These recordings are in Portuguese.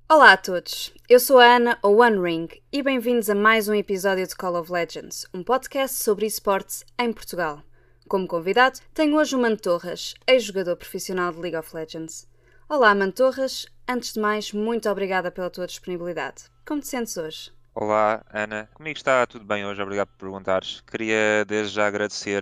Olá a todos, eu sou a Ana, ou One Ring, e bem-vindos a mais um episódio de Call of Legends, um podcast sobre esportes em Portugal. Como convidado, tenho hoje o Mano Torres, ex-jogador profissional de League of Legends. Olá, Mano Torres, antes de mais, muito obrigada pela tua disponibilidade. Como te sentes hoje? Olá, Ana. Comigo está tudo bem hoje, obrigado por perguntares. Queria desde já agradecer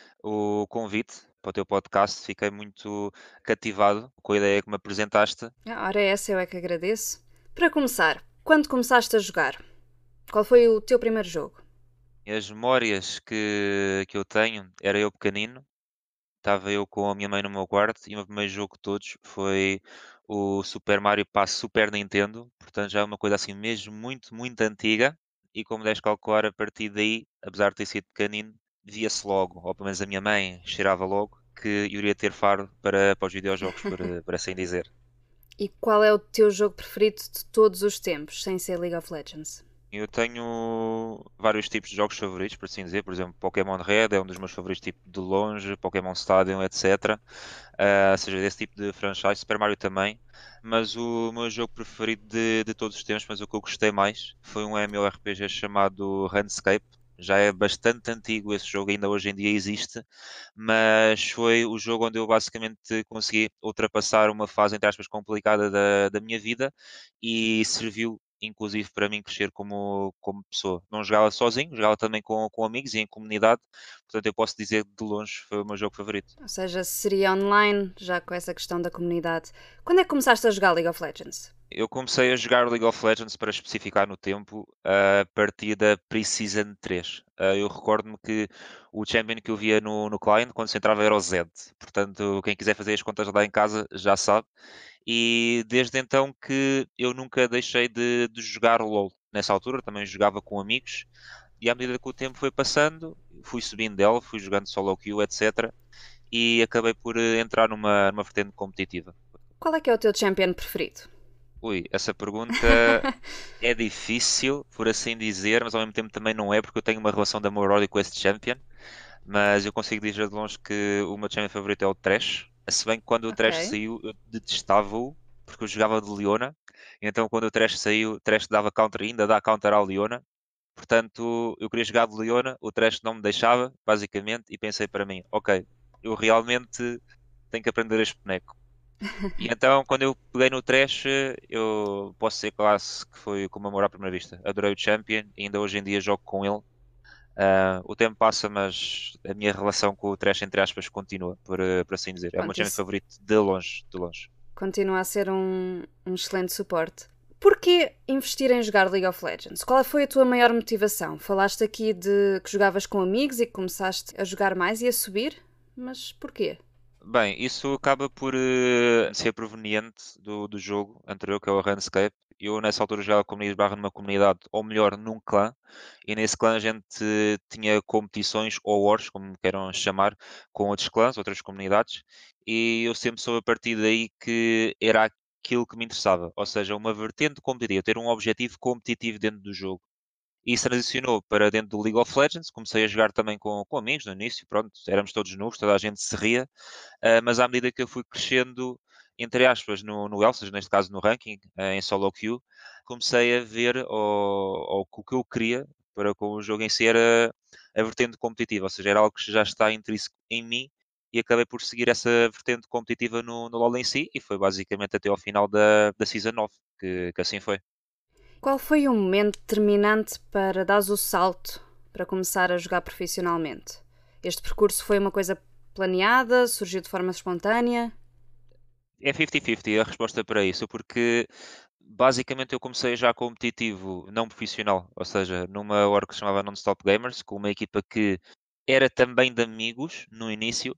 o convite para o teu podcast. Fiquei muito cativado com a ideia que me apresentaste. Ora, essa eu é que agradeço. Para começar, quando começaste a jogar? Qual foi o teu primeiro jogo? As memórias que eu tenho, era eu pequenino, estava eu com a minha mãe no meu quarto e o meu primeiro jogo de todos foi o Super Mario para a Super Nintendo. Portanto, já é uma coisa assim mesmo muito, muito antiga. E como deves calcular, a partir daí, apesar de ter sido pequenino, via-se logo, ou pelo menos a minha mãe cheirava logo, que eu iria ter faro para os videojogos, por assim dizer. E qual é o teu jogo preferido de todos os tempos, sem ser League of Legends? Eu tenho vários tipos de jogos favoritos, por assim dizer. Por exemplo, Pokémon Red é um dos meus favoritos, tipo de longe, Pokémon Stadium, etc. Seja desse tipo de franchise, Super Mario também. Mas o meu jogo preferido de todos os tempos, mas o que eu gostei mais, foi um MMORPG chamado RuneScape. Já é bastante antigo esse jogo, ainda hoje em dia existe, mas foi o jogo onde eu basicamente consegui ultrapassar uma fase, entre aspas, complicada da minha vida e serviu inclusive para mim crescer como pessoa. Não jogava sozinho, jogava também com amigos e em comunidade, portanto eu posso dizer que de longe foi o meu jogo favorito. Ou seja, seria online, já com essa questão da comunidade. Quando é que começaste a jogar League of Legends? Eu comecei a jogar League of Legends para especificar no tempo a partir da Pre-Season 3. Eu recordo-me que o champion que eu via no client quando se entrava era o Zed. Portanto, quem quiser fazer as contas lá em casa já sabe. E desde então que eu nunca deixei de jogar LoL. Nessa altura também jogava com amigos. E à medida que o tempo foi passando, fui subindo dela, fui jogando solo queue, etc. E acabei por entrar numa vertente competitiva. Qual é que é o teu champion preferido? Ui, essa pergunta é difícil, por assim dizer, mas ao mesmo tempo também não é, porque eu tenho uma relação de amor-ódio com esse champion. Mas eu consigo dizer de longe que o meu champion favorito é o Thresh. Se bem que quando o Thresh Ok. saiu, eu detestava-o, porque eu jogava de Leona. Então quando o Thresh saiu, o Thresh dava counter, ainda dá counter à Leona. Portanto, eu queria jogar de Leona, o Thresh não me deixava, basicamente, e pensei para mim, ok, eu realmente tenho que aprender este boneco. E então, quando eu peguei no Trash, eu posso ser quase que foi como amor à primeira vista. Adorei o Champion e ainda hoje em dia jogo com ele. O tempo passa, mas a minha relação com o Trash, entre aspas, continua, por assim dizer. É o meu Pronto, Champion isso favorito de longe, de longe. continua a ser um excelente suporte. Porquê investir em jogar League of Legends? Qual foi a tua maior motivação? Falaste aqui de que jogavas com amigos e que começaste a jogar mais e a subir, mas porquê? Bem, isso acaba por ser proveniente do jogo anterior, que é o RuneScape. Eu, nessa altura, jogava comunidade barra numa comunidade, ou melhor, num clã, e nesse clã a gente tinha competições, ou wars, como queiram chamar, com outros clãs, outras comunidades, e eu sempre soube a partir daí que era aquilo que me interessava, ou seja, uma vertente competitiva, ter um objetivo competitivo dentro do jogo. E isso transicionou para dentro do League of Legends, comecei a jogar também com amigos no início, pronto, éramos todos novos, toda a gente se ria, mas à medida que eu fui crescendo, entre aspas, no Elsas, neste caso no ranking, em solo queue, comecei a ver ou que o que eu queria para com o jogo em si era a vertente competitiva, ou seja, era algo que já está intrínseco em mim e acabei por seguir essa vertente competitiva no LoL em si e foi basicamente até ao final da Season 9 que assim foi. Qual foi o momento determinante para dar o salto para começar a jogar profissionalmente? Este percurso foi uma coisa planeada? Surgiu de forma espontânea? É 50-50 a resposta para isso, porque basicamente eu comecei já competitivo, não profissional, ou seja, numa org que se chamava Non-Stop Gamers, com uma equipa que era também de amigos no início,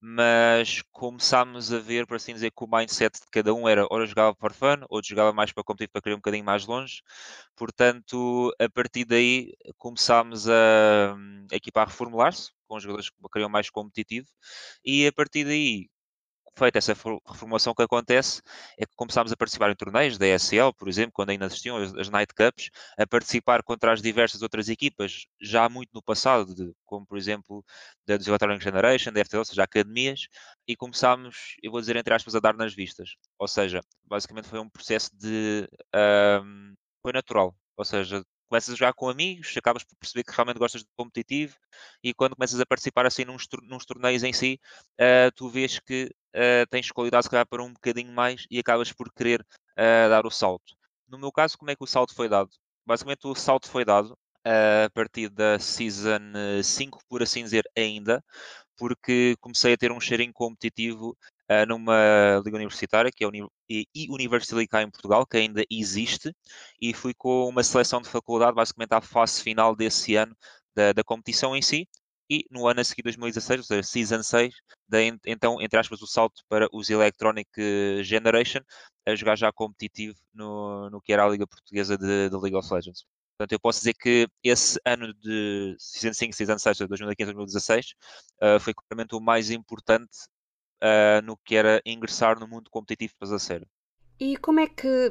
mas começámos a ver, por assim dizer, que o mindset de cada um era, ora jogava para fun, outro jogava mais para competir para querer um bocadinho mais longe. Portanto, a partir daí começámos a equipa a reformular-se, com os jogadores que queriam mais competitivo, e a partir daí feita essa reformulação, que acontece é que começámos a participar em torneios da ESL, por exemplo, quando ainda existiam as Night Cups, a participar contra as diversas outras equipas, já muito no passado, como por exemplo da Electronic Generation, da FTL, ou seja, academias, e começámos, eu vou dizer entre aspas, a dar nas vistas. Ou seja, basicamente foi um processo foi natural. Ou seja, começas a jogar com amigos, acabas por perceber que realmente gostas de competitivo, e quando começas a participar assim nos torneios em si, tu vês que tens qualidade se calhar para um bocadinho mais e acabas por querer dar o salto. No meu caso, como é que o salto foi dado? Basicamente, o salto foi dado a partir da Season 5, por assim dizer, ainda, porque comecei a ter um cheirinho competitivo numa liga universitária, que é a University League cá em Portugal, que ainda existe, e fui com uma seleção de faculdade, basicamente à fase final desse ano da competição em si, e no ano a seguir, 2016, ou seja, Season 6, dei então, entre aspas, o salto para os Electronic Generation, a jogar já competitivo no que era a Liga Portuguesa de League of Legends. Portanto, eu posso dizer que esse ano de Season 5, Season 6, 2015, 2016, foi claramente o mais importante no que era ingressar no mundo competitivo para a sério. E como é que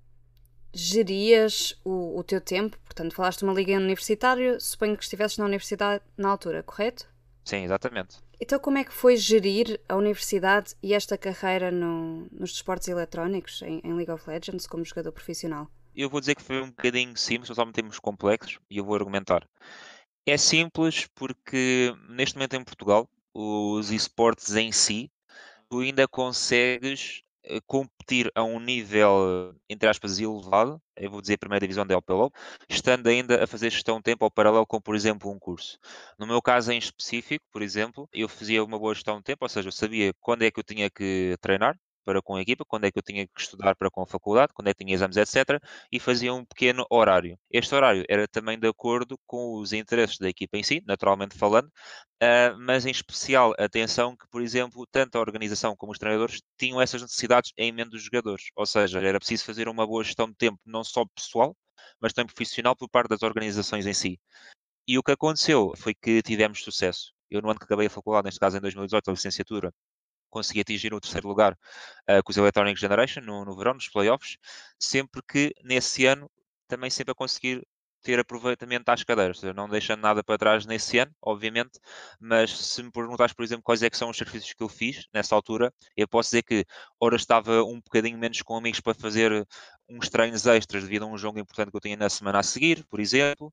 gerias o teu tempo? Portanto, falaste de uma liga universitária, suponho que estivesses na universidade na altura, correto? Sim, exatamente. Então, como é que foi gerir a universidade e esta carreira nos desportos eletrónicos, em League of Legends, como jogador profissional? Eu vou dizer que foi um bocadinho simples, mas ao mesmo tempo complexos, e eu vou argumentar. É simples porque neste momento em Portugal, os esportes em si, tu ainda consegues competir a um nível, entre aspas, elevado, eu vou dizer a primeira divisão da LPLO, estando ainda a fazer gestão de tempo ao paralelo com, por exemplo, um curso. No meu caso em específico, por exemplo, eu fazia uma boa gestão de tempo, ou seja, eu sabia quando é que eu tinha que treinar para com a equipa, quando é que eu tinha que estudar para com a faculdade, quando é que tinha exames, etc. E fazia um pequeno horário. Este horário era também de acordo com os interesses da equipa em si, naturalmente falando, mas em especial atenção que, por exemplo, tanto a organização como os treinadores tinham essas necessidades em mente dos jogadores. Ou seja, era preciso fazer uma boa gestão de tempo, não só pessoal, mas também profissional por parte das organizações em si. E o que aconteceu foi que tivemos sucesso. Eu, no ano que acabei a faculdade, neste caso em 2018, a licenciatura, consegui atingir o terceiro lugar com os Electronic Generation no verão, nos playoffs, sempre que nesse ano também sempre a conseguir ter aproveitamento às cadeiras, ou seja, não deixando nada para trás nesse ano, obviamente, mas se me perguntares, por exemplo, quais é que são os sacrifícios que eu fiz nessa altura, eu posso dizer que ora estava um bocadinho menos com amigos para fazer uns treinos extras devido a um jogo importante que eu tinha na semana a seguir, por exemplo,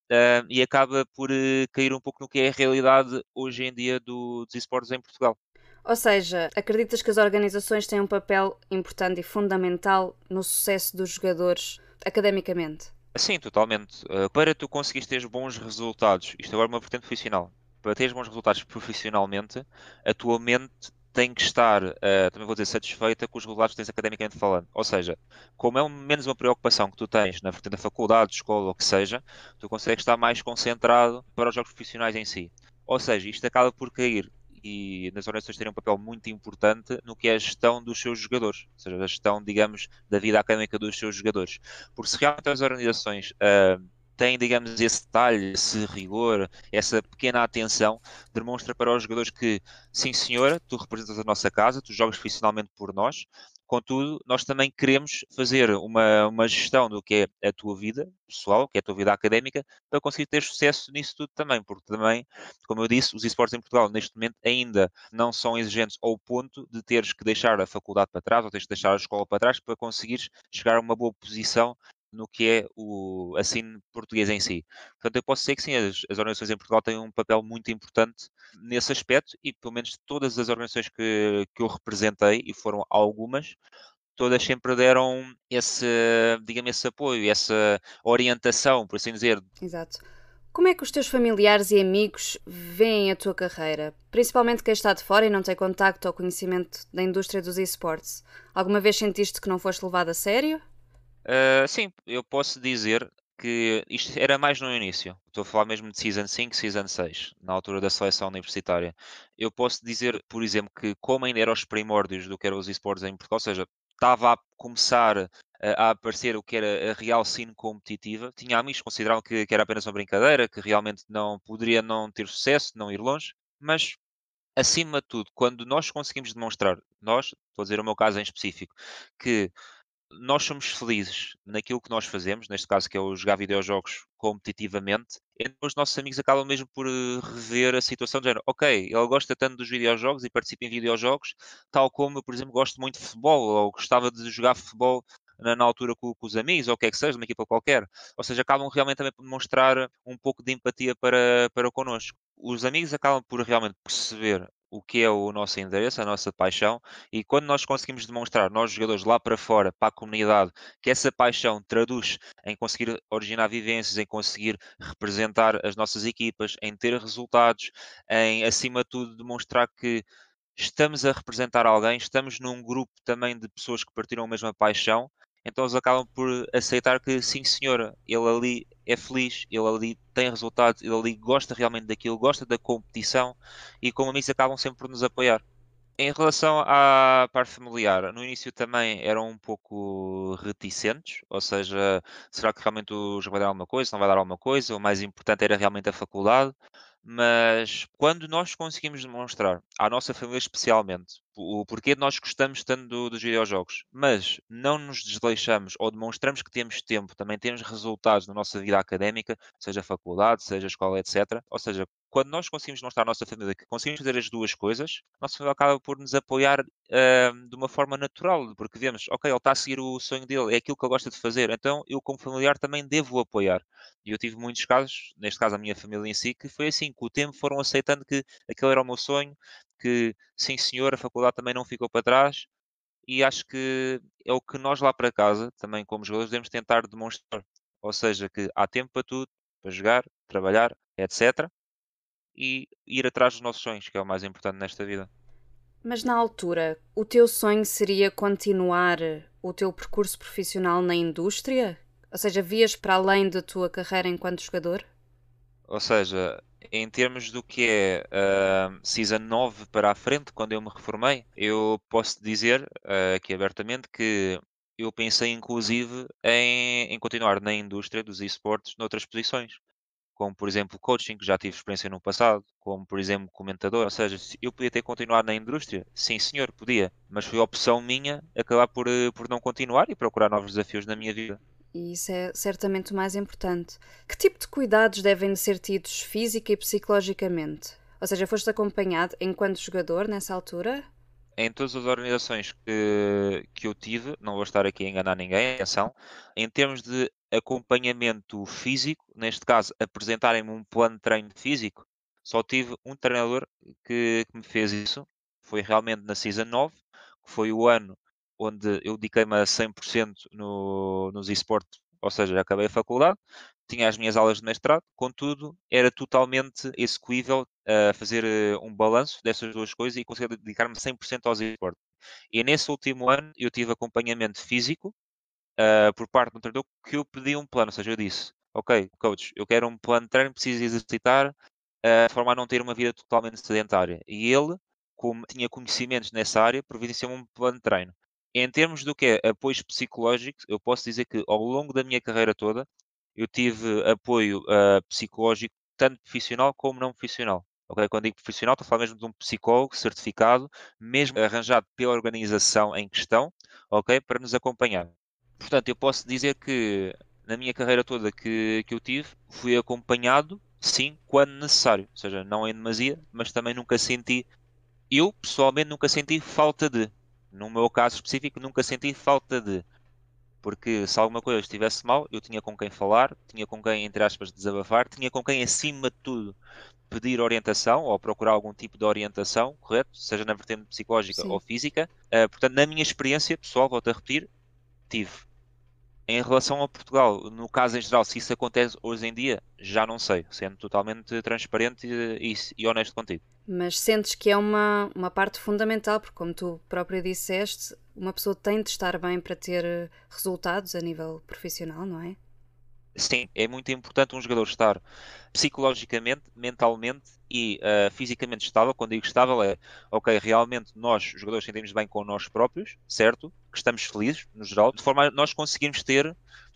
e acaba por cair um pouco no que é a realidade hoje em dia dos esportes em Portugal. Ou seja, acreditas que as organizações têm um papel importante e fundamental no sucesso dos jogadores academicamente? Sim, totalmente. Para tu conseguires ter bons resultados, isto agora é uma vertente profissional, para teres bons resultados profissionalmente, a tua mente tem que estar, também vou dizer, satisfeita com os resultados que tens academicamente falando. Ou seja, como é menos uma preocupação que tu tens na vertente da faculdade, escola, ou o que seja, tu consegues estar mais concentrado para os jogos profissionais em si. Ou seja, isto acaba por cair e nas organizações terem um papel muito importante no que é a gestão dos seus jogadores, ou seja, a gestão, digamos, da vida académica dos seus jogadores. Porque se realmente as organizações têm, digamos, esse detalhe, esse rigor, essa pequena atenção, demonstra para os jogadores que, sim senhora, tu representas a nossa casa, tu jogas profissionalmente por nós, contudo, nós também queremos fazer uma gestão do que é a tua vida pessoal, que é a tua vida académica, para conseguir ter sucesso nisso tudo também, porque também, como eu disse, os esportes em Portugal neste momento ainda não são exigentes ao ponto de teres que deixar a faculdade para trás ou teres que deixar a escola para trás para conseguires chegar a uma boa posição no que é o ensino português em si. Portanto, eu posso dizer que sim, as organizações em Portugal têm um papel muito importante nesse aspecto e pelo menos todas as organizações que eu representei, e foram algumas, todas sempre deram esse, digamos, esse apoio, essa orientação, por assim dizer. Exato. Como é que os teus familiares e amigos veem a tua carreira? Principalmente quem está de fora e não tem contacto ou conhecimento da indústria dos esportes. Alguma vez sentiste que não foste levado a sério? Sim, eu posso dizer que isto era mais no início. Estou a falar mesmo de Season 5, Season 6, na altura da seleção universitária. Eu posso dizer, por exemplo, que como ainda eram os primórdios do que eram os esportes em Portugal, ou seja, estava a começar a aparecer o que era a real cena competitiva, tinha amigos que consideravam que era apenas uma brincadeira, que realmente não poderia não ter sucesso, não ir longe, mas acima de tudo, quando nós conseguimos demonstrar, nós, estou a dizer o meu caso em específico, que nós somos felizes naquilo que nós fazemos, neste caso que é o jogar videojogos competitivamente, então os nossos amigos acabam mesmo por rever a situação de género, ok, ele gosta tanto dos videojogos e participa em videojogos, tal como eu, por exemplo, gosto muito de futebol, ou gostava de jogar futebol na altura com os amigos, ou o que é que seja, uma equipa qualquer. Ou seja, acabam realmente também por demonstrar um pouco de empatia para connosco. Os amigos acabam por realmente perceber o que é o nosso endereço, a nossa paixão, e quando nós conseguimos demonstrar, nós jogadores lá para fora, para a comunidade, que essa paixão traduz em conseguir originar vivências, em conseguir representar as nossas equipas, em ter resultados, em acima de tudo demonstrar que estamos a representar alguém, estamos num grupo também de pessoas que partilham a mesma paixão, então eles acabam por aceitar que sim, senhora, ele ali é feliz, ele ali tem resultados, ele ali gosta realmente daquilo, gosta da competição e como amigos acabam sempre por nos apoiar. Em relação à parte familiar, no início também eram um pouco reticentes, ou seja, será que realmente o jogo vai dar alguma coisa, não vai dar alguma coisa? O mais importante era realmente a faculdade. Mas quando nós conseguimos demonstrar à nossa família especialmente o porquê de nós gostamos tanto dos videojogos, mas não nos desleixamos ou demonstramos que temos tempo, também temos resultados na nossa vida académica, seja faculdade, seja escola, etc. Ou seja, quando nós conseguimos mostrar à nossa família que conseguimos fazer as duas coisas, a nossa família acaba por nos apoiar de uma forma natural, porque vemos, ok, ele está a seguir o sonho dele, é aquilo que ele gosta de fazer, então eu, como familiar, também devo o apoiar. E eu tive muitos casos, neste caso a minha família em si, que foi assim, com o tempo foram aceitando que aquele era o meu sonho, que sim senhor, a faculdade também não ficou para trás, e acho que é o que nós lá para casa, também como jogadores, devemos tentar demonstrar. Ou seja, que há tempo para tudo, para jogar, trabalhar, etc. E ir atrás dos nossos sonhos, que é o mais importante nesta vida. Mas na altura, o teu sonho seria continuar o teu percurso profissional na indústria? Ou seja, vias para além da tua carreira enquanto jogador? Ou seja, em termos do que é Season 9 para a frente, quando eu me reformei, eu posso dizer aqui abertamente que eu pensei inclusive em continuar na indústria dos esportes noutras posições, como por exemplo coaching, que já tive experiência no passado, como por exemplo comentador. Ou seja, se eu podia ter continuado na indústria, sim senhor, podia, mas foi opção minha acabar por não continuar e procurar novos desafios na minha vida. E isso é certamente o mais importante. Que tipo de cuidados devem ser tidos física e psicologicamente? Ou seja, foste acompanhado enquanto jogador nessa altura? Em todas as organizações que eu tive, não vou estar aqui a enganar ninguém, atenção, em termos de acompanhamento físico, neste caso, apresentarem-me um plano de treino físico, só tive um treinador que me fez isso. Foi realmente na Season 9, que foi o ano onde eu dediquei-me a 100% nos esportes, ou seja, acabei a faculdade, tinha as minhas aulas de mestrado, contudo, era totalmente execuível a fazer um balanço dessas duas coisas e conseguir dedicar-me 100% aos esportes. E nesse último ano eu tive acompanhamento físico por parte do treinador que eu pedi um plano, ou seja, eu disse, ok, coach, eu quero um plano de treino, preciso exercitar de forma a não ter uma vida totalmente sedentária. E ele, como tinha conhecimentos nessa área, providenciou-me um plano de treino. Em termos do que é apoio psicológico, eu posso dizer que ao longo da minha carreira toda, eu tive apoio psicológico, tanto profissional como não profissional. Ok? Quando digo profissional, estou a falar mesmo de um psicólogo certificado, mesmo arranjado pela organização em questão, ok? Para nos acompanhar. Portanto, eu posso dizer que na minha carreira toda que eu tive, fui acompanhado, sim, quando necessário. Ou seja, não em demasia, mas também nunca senti, eu pessoalmente nunca senti falta de. No meu caso específico, nunca senti falta de. Porque se alguma coisa estivesse mal, eu tinha com quem falar, tinha com quem, entre aspas, desabafar, tinha com quem, acima de tudo, pedir orientação ou procurar algum tipo de orientação, correto? Seja na vertente psicológica ou Sim. física. Portanto, na minha experiência pessoal, volto a repetir, tive. Em relação a Portugal, no caso em geral, se isso acontece hoje em dia, já não sei, sendo totalmente transparente e honesto contigo. Mas sentes que é uma parte fundamental, porque, como tu próprio disseste, uma pessoa tem de estar bem para ter resultados a nível profissional, não é? Sim, é muito importante um jogador estar psicologicamente, mentalmente e fisicamente estável. Quando digo estável é, ok, realmente nós, jogadores, sentimos bem com nós próprios, certo? Que estamos felizes, no geral, de forma a nós conseguirmos ter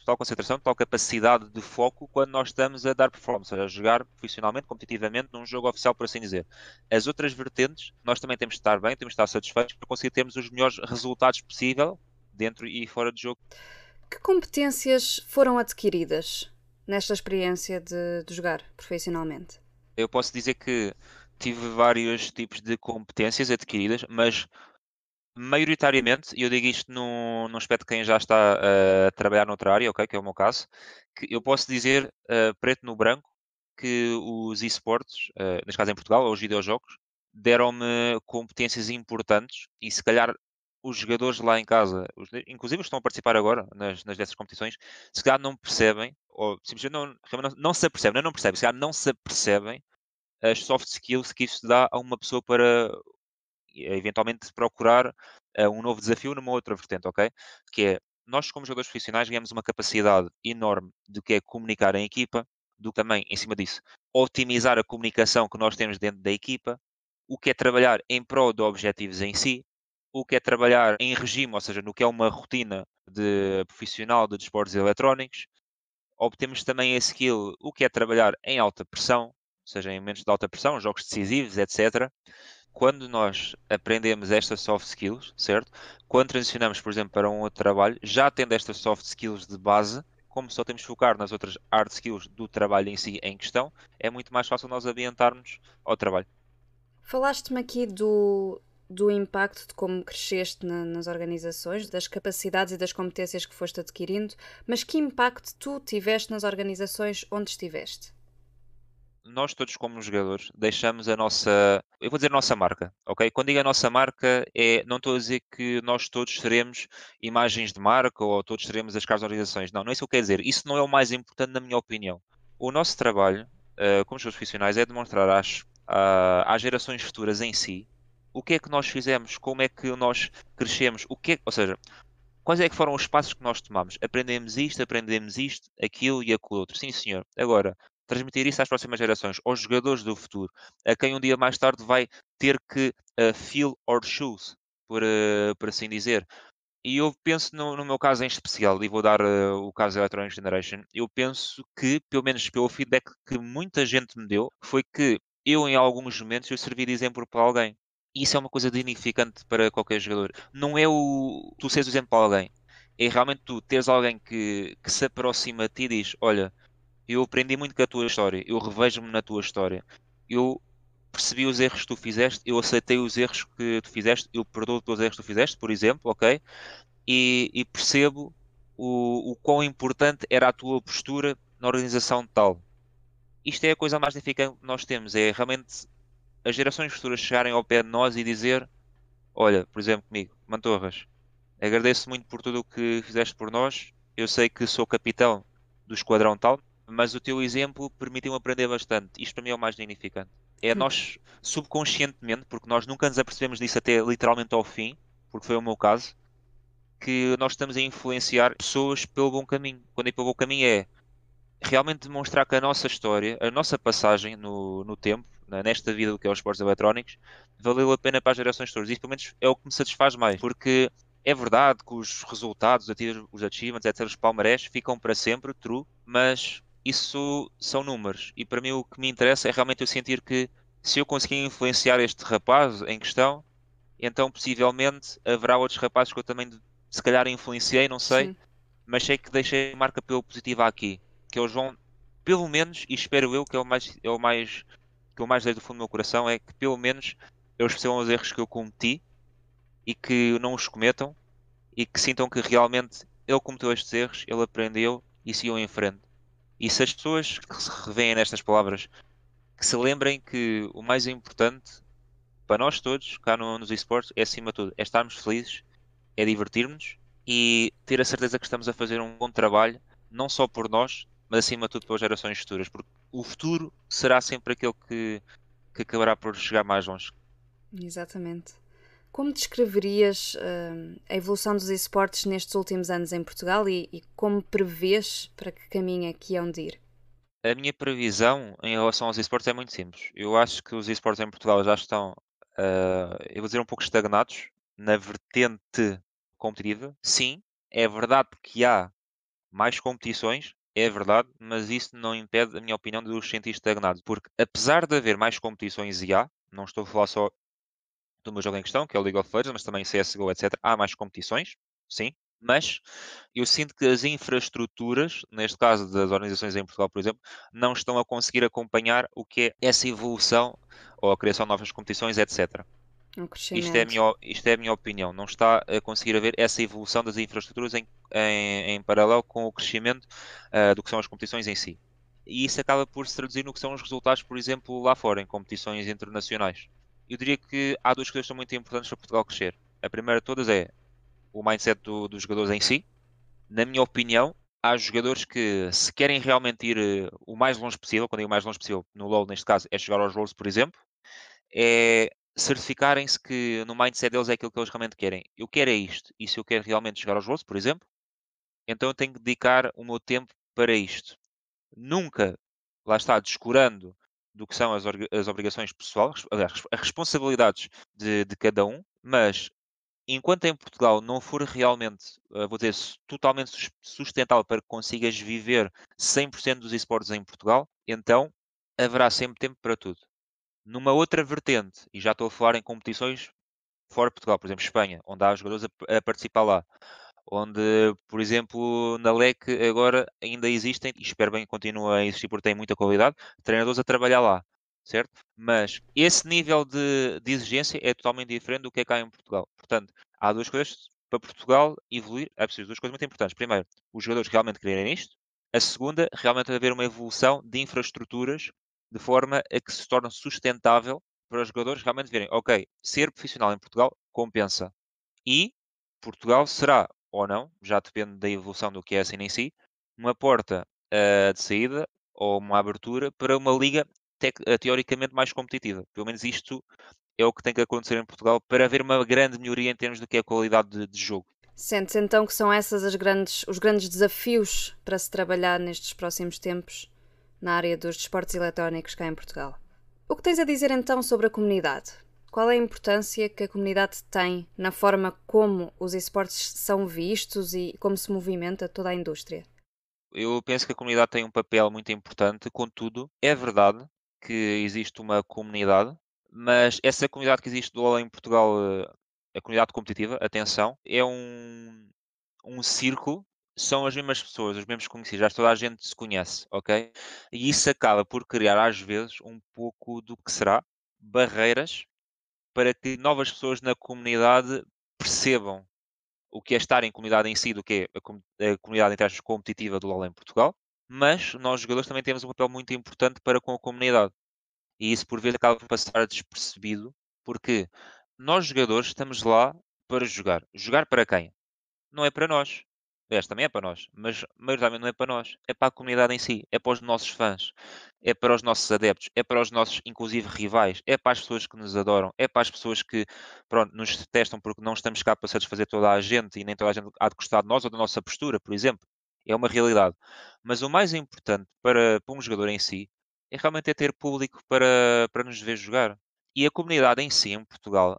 total concentração, total capacidade de foco quando nós estamos a dar performance, a jogar profissionalmente, competitivamente, num jogo oficial, por assim dizer. As outras vertentes, nós também temos de estar bem, temos de estar satisfeitos para conseguir termos os melhores resultados possível dentro e fora de jogo. Que competências foram adquiridas nesta experiência de jogar profissionalmente? Eu posso dizer que tive vários tipos de competências adquiridas, mas maioritariamente, e eu digo isto num aspecto de quem já está a trabalhar noutra área, ok, que é o meu caso, que eu posso dizer, preto no branco, que os esportes, neste caso em Portugal, ou os videojogos, deram-me competências importantes e se calhar os jogadores lá em casa, inclusive os que estão a participar agora nas dessas competições, se calhar não percebem, ou simplesmente realmente não se apercebem, não percebem, se calhar não se apercebem as soft skills que isso dá a uma pessoa para eventualmente procurar um novo desafio numa outra vertente, ok? Que é, nós como jogadores profissionais ganhamos uma capacidade enorme do que é comunicar em equipa, do que também, em cima disso, otimizar a comunicação que nós temos dentro da equipa, o que é trabalhar em prol de objetivos em si, o que é trabalhar em regime, ou seja, no que é uma rotina de profissional de desportos eletrónicos, obtemos também a skill, o que é trabalhar em alta pressão, seja em momentos de alta pressão, jogos decisivos, etc. Quando nós aprendemos estas soft skills, certo? Quando transicionamos, por exemplo, para um outro trabalho, já tendo estas soft skills de base, como só temos que focar nas outras hard skills do trabalho em si em questão, é muito mais fácil nós ambientarmos ao trabalho. Falaste-me aqui do impacto de como cresceste nas organizações, das capacidades e das competências que foste adquirindo, mas que impacto tu tiveste nas organizações onde estiveste? Nós todos como jogadores deixamos a nossa, eu vou dizer nossa marca, ok? Quando digo a nossa marca, não estou a dizer que nós todos seremos imagens de marca ou todos seremos as caras de organizações. Não, não é isso que eu quero dizer. Isso não é o mais importante na minha opinião. O nosso trabalho, como jogadores profissionais, é demonstrar às gerações futuras em si o que é que nós fizemos, como é que nós crescemos, ou seja, quais é que foram os passos que nós tomamos? Aprendemos isto, aquilo e aquilo outro. Sim, senhor. Agora, transmitir isso às próximas gerações, aos jogadores do futuro, a quem um dia mais tarde vai ter que fill or choose, por assim dizer. E eu penso no meu caso em especial, e vou dar o caso da Electronic Generation, eu penso que, pelo menos pelo feedback que muita gente me deu, foi que eu, em alguns momentos, eu servi de exemplo para alguém. E isso é uma coisa dignificante para qualquer jogador. Não é tu seres o exemplo para alguém, é realmente tu teres alguém que se aproxima de ti e diz: Olha, eu aprendi muito com a tua história, eu revejo-me na tua história, eu percebi os erros que tu fizeste, eu aceitei os erros que tu fizeste, eu perdoo os erros que tu fizeste, por exemplo, ok? E percebo o quão importante era a tua postura na organização tal. Isto é a coisa mais significante que nós temos, é realmente as gerações futuras chegarem ao pé de nós e dizer, olha, por exemplo comigo, Mantorras, agradeço muito por tudo o que fizeste por nós, eu sei que sou capitão do esquadrão tal, mas o teu exemplo permitiu-me aprender bastante. Isto para mim é o mais significante. É nós, subconscientemente, porque nós nunca nos apercebemos disso até literalmente ao fim, porque foi o meu caso, que nós estamos a influenciar pessoas pelo bom caminho. Quando é pelo bom caminho é realmente demonstrar que a nossa história, a nossa passagem no tempo, nesta vida do que é os esportes eletrónicos, valeu a pena para as gerações todas. Isso pelo menos é o que me satisfaz mais, porque é verdade que os resultados, os achievements, etc., os palmarés ficam para sempre, true, mas isso são números. E para mim o que me interessa é realmente eu sentir que se eu conseguir influenciar este rapaz em questão, então possivelmente haverá outros rapazes que eu também se calhar influenciei, não sei, Sim. mas sei que deixei marca pela positiva aqui, que eles vão, pelo menos, e espero eu que que eu mais desejo do fundo do meu coração é que pelo menos eles percebam os erros que eu cometi e que não os cometam e que sintam que realmente ele cometeu estes erros, ele aprendeu e seguiu em frente. E se as pessoas que se revêem nestas palavras que se lembrem que o mais importante para nós todos, cá nos esportes, é acima de tudo, é estarmos felizes, é divertirmos e ter a certeza que estamos a fazer um bom trabalho, não só por nós, mas acima de tudo pelas gerações futuras, porque o futuro será sempre aquele que acabará por chegar mais longe. Exatamente. Como descreverias a evolução dos esportes nestes últimos anos em Portugal e como prevês para que caminho é que hão de ir? A minha previsão em relação aos esportes é muito simples. Eu acho que os esportes em Portugal já estão, eu vou dizer, um pouco estagnados na vertente competitiva. Sim, é verdade que há mais competições, é verdade, mas isso não impede, a minha opinião, de os sentir estagnados. Porque apesar de haver mais competições e não estou a falar só do meu jogo em questão, que é o League of Legends, mas também CSGO, etc. Há mais competições, sim, mas eu sinto que as infraestruturas, neste caso das organizações em Portugal, por exemplo, não estão a conseguir acompanhar o que é essa evolução ou a criação de novas competições, etc. Um Isto é a crescimento. isto é a minha opinião. Não está a conseguir haver essa evolução das infraestruturas em paralelo com o crescimento do que são as competições em si. E isso acaba por se traduzir no que são os resultados, por exemplo, lá fora, em competições internacionais. Eu diria que há duas coisas que são muito importantes para Portugal crescer. A primeira de todas é o mindset dos jogadores em si. Na minha opinião, há jogadores que, se querem realmente ir o mais longe possível, quando digo o mais longe possível, no LoL, neste caso, é chegar aos Worlds, por exemplo, é certificarem-se que no mindset deles é aquilo que eles realmente querem. Eu quero é isto, e se eu quero realmente chegar aos Worlds, por exemplo, então eu tenho que dedicar o meu tempo para isto. Nunca, lá está, descurando do que são as obrigações pessoais, aliás, as responsabilidades de cada um, mas enquanto em Portugal não for realmente, vou dizer, totalmente sustentável para que consigas viver 100% dos esportes em Portugal, então haverá sempre tempo para tudo. Numa outra vertente, e já estou a falar em competições fora de Portugal, por exemplo, Espanha, onde há jogadores a participar lá, onde, por exemplo, na LEC agora ainda existem, e espero bem que continue a existir porque tem muita qualidade, treinadores a trabalhar lá, certo? Mas esse nível de exigência é totalmente diferente do que é cá em Portugal. Portanto, há duas coisas para Portugal evoluir, é preciso duas coisas muito importantes. Primeiro, os jogadores realmente quererem isto. A segunda, realmente haver uma evolução de infraestruturas de forma a que se torne sustentável para os jogadores realmente verem, ok, ser profissional em Portugal compensa. E Portugal será ou não, já depende da evolução do que é a cena em si, uma porta de saída ou uma abertura para uma liga teoricamente mais competitiva. Pelo menos isto é o que tem que acontecer em Portugal para haver uma grande melhoria em termos do que é a qualidade de jogo. Sentes então que são essas os grandes desafios para se trabalhar nestes próximos tempos na área dos desportos eletrónicos cá em Portugal? O que tens a dizer então sobre a comunidade? Qual é a importância que a comunidade tem na forma como os esportes são vistos e como se movimenta toda a indústria? Eu penso que a comunidade tem um papel muito importante, contudo, é verdade que existe uma comunidade, mas essa comunidade que existe do LoL em Portugal, a comunidade competitiva, atenção, é um círculo, são as mesmas pessoas, os mesmos conhecidos, já toda a gente se conhece, ok? E isso acaba por criar, às vezes, um pouco do que será barreiras para que novas pessoas na comunidade percebam o que é estar em comunidade em si, do que é a comunidade, entre aspas, competitiva do LoL em Portugal, mas nós jogadores também temos um papel muito importante para com a comunidade. E isso por vezes acaba por passar despercebido, porque nós jogadores estamos lá para jogar. Jogar para quem? Não é para nós. Aliás, também é para nós, mas maioritariamente não é para nós. É para a comunidade em si, é para os nossos fãs, é para os nossos adeptos, é para os nossos, inclusive, rivais, é para as pessoas que nos adoram, é para as pessoas que, pronto, nos detestam porque não estamos cá para satisfazer toda a gente e nem toda a gente há de gostar de nós ou da nossa postura, por exemplo. É uma realidade. Mas o mais importante para um jogador em si é realmente é ter público para nos ver jogar. E a comunidade em si, em Portugal,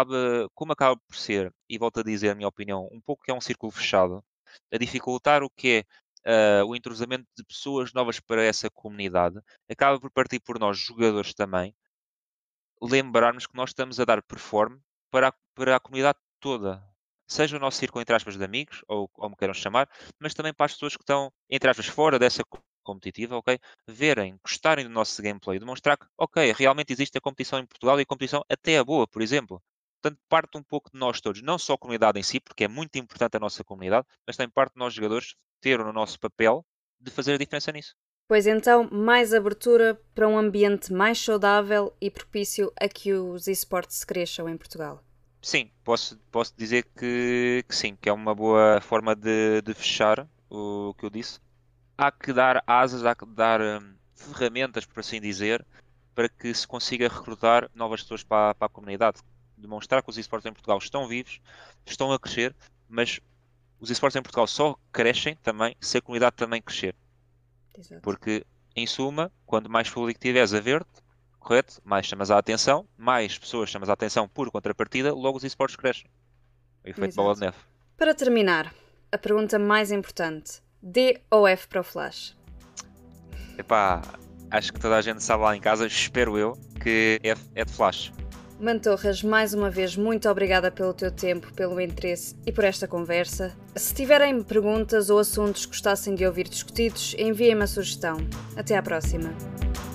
como acaba por ser, e volto a dizer a minha opinião, um pouco que é um círculo fechado, a dificultar o que é o entrosamento de pessoas novas para essa comunidade, acaba por partir por nós, jogadores também, lembrarmos que nós estamos a dar perform para a comunidade toda. Seja o nosso círculo, entre aspas, de amigos, ou como queiram chamar, mas também para as pessoas que estão, entre aspas, fora dessa competitiva, ok? Verem, gostarem do nosso gameplay, demonstrar que, ok, realmente existe a competição em Portugal e a competição até é boa, por exemplo. Portanto, parte um pouco de nós todos, não só a comunidade em si, porque é muito importante a nossa comunidade, mas também parte de nós jogadores ter no nosso papel de fazer a diferença nisso. Pois então, mais abertura para um ambiente mais saudável e propício a que os esportes cresçam em Portugal. Sim, posso dizer que sim, que é uma boa forma de fechar o que eu disse. Há que dar asas, há que dar ferramentas, por assim dizer, para que se consiga recrutar novas pessoas para a comunidade. Demonstrar que os esportes em Portugal estão vivos, estão a crescer, mas os esportes em Portugal só crescem também se a comunidade também crescer. Exato. Porque, em suma, quanto mais público tiveres a ver-te, correto? Mais chamas a atenção, mais pessoas chamas a atenção por contrapartida, logo os esportes crescem. O efeito bola de Exato. neve. Para terminar, a pergunta mais importante. D ou F para o Flash? Epá, acho que toda a gente sabe lá em casa, espero eu, que F é de Flash. Mantorras, mais uma vez, muito obrigada pelo teu tempo, pelo interesse e por esta conversa. Se tiverem perguntas ou assuntos que gostassem de ouvir discutidos, enviem-me a sugestão. Até à próxima.